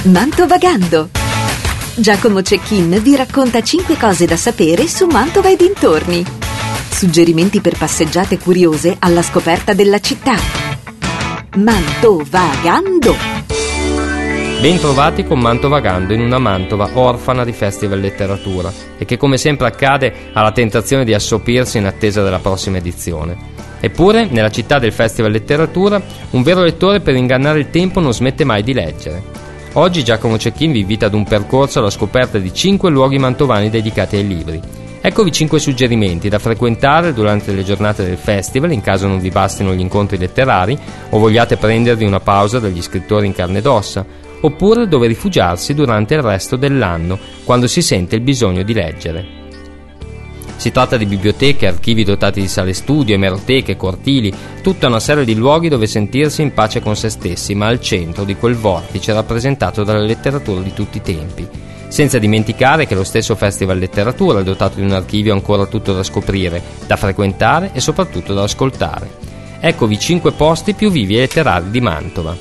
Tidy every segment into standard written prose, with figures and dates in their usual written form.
Mantovagando. Giacomo Cecchin vi racconta 5 cose da sapere su Mantova e dintorni. Suggerimenti per passeggiate curiose alla scoperta della città. Mantovagando. Bentrovati con Mantovagando in una Mantova orfana di festival letteratura e che, come sempre accade, ha la tentazione di assopirsi in attesa della prossima edizione. Eppure, nella città del festival letteratura, un vero lettore per ingannare il tempo non smette mai di leggere. Oggi Giacomo Cecchin vi invita ad un percorso alla scoperta di 5 luoghi mantovani dedicati ai libri. Eccovi 5 suggerimenti da frequentare durante le giornate del festival, in caso non vi bastino gli incontri letterari o vogliate prendervi una pausa dagli scrittori in carne ed ossa, oppure dove rifugiarsi durante il resto dell'anno, quando si sente il bisogno di leggere. Si tratta di biblioteche, archivi dotati di sale studio, emeroteche, cortili, tutta una serie di luoghi dove sentirsi in pace con se stessi, ma al centro di quel vortice rappresentato dalla letteratura di tutti i tempi. Senza dimenticare che lo stesso Festival Letteratura è dotato di un archivio ancora tutto da scoprire, da frequentare e soprattutto da ascoltare. Eccovi 5 posti più vivi e letterari di Mantova.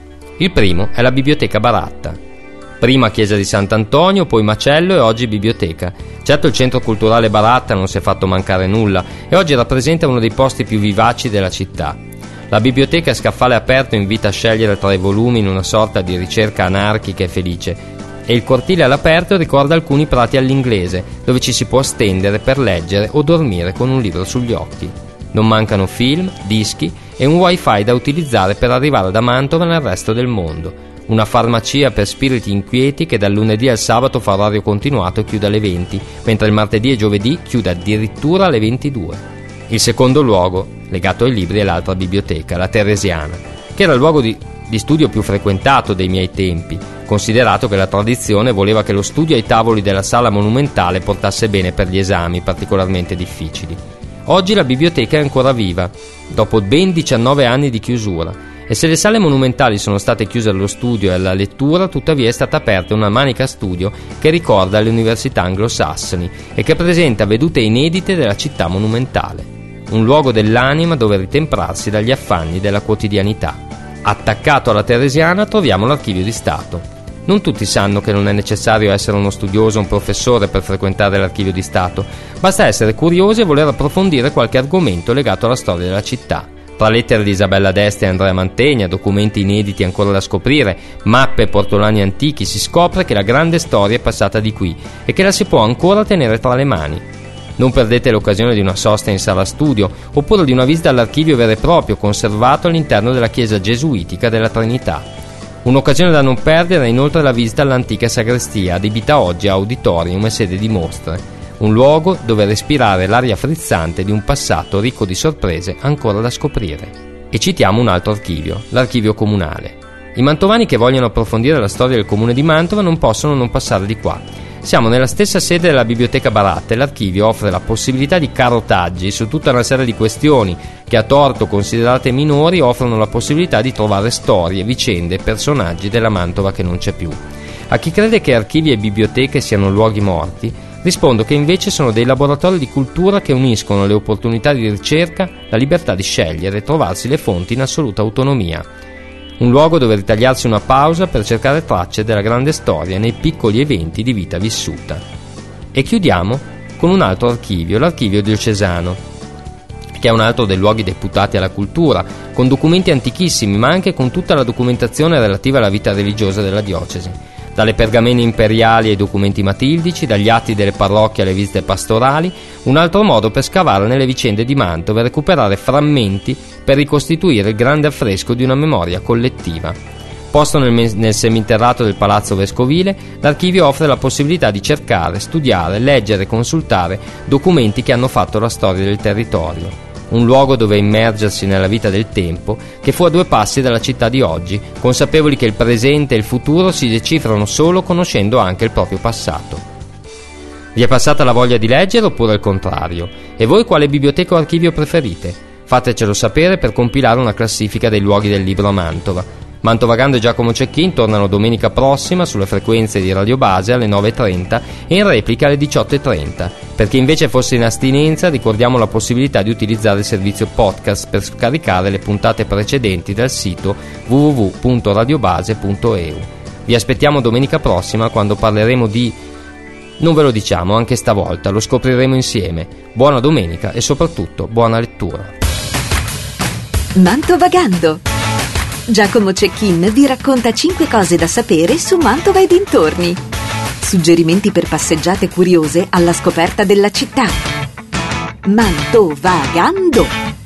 Il primo è la Biblioteca Baratta. Prima chiesa di Sant'Antonio, poi macello e oggi biblioteca. Certo, il centro culturale Baratta non si è fatto mancare nulla e oggi rappresenta uno dei posti più vivaci della città. La biblioteca a scaffale aperto invita a scegliere tra i volumi in una sorta di ricerca anarchica e felice, e il cortile all'aperto ricorda alcuni prati all'inglese, dove ci si può stendere per leggere o dormire con un libro sugli occhi. Non mancano film, dischi e un wifi da utilizzare per arrivare da Mantova nel resto del mondo. Una farmacia per spiriti inquieti che dal lunedì al sabato fa orario continuato e chiude alle 20, mentre il martedì e giovedì chiude addirittura alle 22. Il secondo luogo, legato ai libri, è l'altra biblioteca, la Teresiana, che era il luogo di studio più frequentato dei miei tempi, considerato che la tradizione voleva che lo studio ai tavoli della sala monumentale portasse bene per gli esami particolarmente difficili. Oggi la biblioteca è ancora viva, dopo ben 19 anni di chiusura, e se le sale monumentali sono state chiuse allo studio e alla lettura, tuttavia è stata aperta una manica studio che ricorda le università anglosassoni e che presenta vedute inedite della città monumentale, un luogo dell'anima dove ritemprarsi dagli affanni della quotidianità. Attaccato alla Teresiana troviamo l'Archivio di Stato. Non tutti sanno che non è necessario essere uno studioso o un professore per frequentare l'Archivio di Stato, basta essere curiosi e voler approfondire qualche argomento legato alla storia della città. Tra lettere di Isabella d'Este e Andrea Mantegna, documenti inediti ancora da scoprire, mappe e portolani antichi, si scopre che la grande storia è passata di qui e che la si può ancora tenere tra le mani. Non perdete l'occasione di una sosta in sala studio oppure di una visita all'archivio vero e proprio conservato all'interno della chiesa gesuitica della Trinità. Un'occasione da non perdere è inoltre la visita all'antica sagrestia, adibita oggi a auditorium e sede di mostre. Un luogo dove respirare l'aria frizzante di un passato ricco di sorprese ancora da scoprire. E citiamo un altro archivio, l'archivio comunale. I mantovani che vogliono approfondire la storia del comune di Mantova non possono non passare di qua. Siamo nella stessa sede della Biblioteca Baratta e l'archivio offre la possibilità di carotaggi su tutta una serie di questioni che, a torto considerate minori, offrono la possibilità di trovare storie, vicende e personaggi della Mantova che non c'è più. A chi crede che archivi e biblioteche siano luoghi morti, rispondo che invece sono dei laboratori di cultura che uniscono le opportunità di ricerca, la libertà di scegliere e trovarsi le fonti in assoluta autonomia. Un luogo dove ritagliarsi una pausa per cercare tracce della grande storia nei piccoli eventi di vita vissuta. E chiudiamo con un altro archivio, l'archivio diocesano, che è un altro dei luoghi deputati alla cultura, con documenti antichissimi ma anche con tutta la documentazione relativa alla vita religiosa della diocesi. Dalle pergamene imperiali ai documenti matildici, dagli atti delle parrocchie alle visite pastorali, un altro modo per scavare nelle vicende di Mantova e recuperare frammenti per ricostituire il grande affresco di una memoria collettiva. Posto nel seminterrato del Palazzo Vescovile, l'archivio offre la possibilità di cercare, studiare, leggere e consultare documenti che hanno fatto la storia del territorio. Un luogo dove immergersi nella vita del tempo che fu a 2 passi dalla città di oggi, consapevoli che il presente e il futuro si decifrano solo conoscendo anche il proprio passato. Vi è passata la voglia di leggere oppure il contrario? E voi quale biblioteca o archivio preferite? Fatecelo sapere per compilare una classifica dei luoghi del libro a Mantova. Mantovagando e Giacomo Cecchin tornano domenica prossima sulle frequenze di Radio Base alle 9.30 e in replica alle 18.30. Per chi invece fosse in astinenza, ricordiamo la possibilità di utilizzare il servizio podcast per scaricare le puntate precedenti dal sito www.radiobase.eu. Vi aspettiamo domenica prossima, quando parleremo di... non ve lo diciamo, anche stavolta, lo scopriremo insieme. Buona domenica e soprattutto buona lettura. Mantovagando. Giacomo Cecchin vi racconta 5 cose da sapere su Mantova e dintorni. Suggerimenti per passeggiate curiose alla scoperta della città. Mantovagando.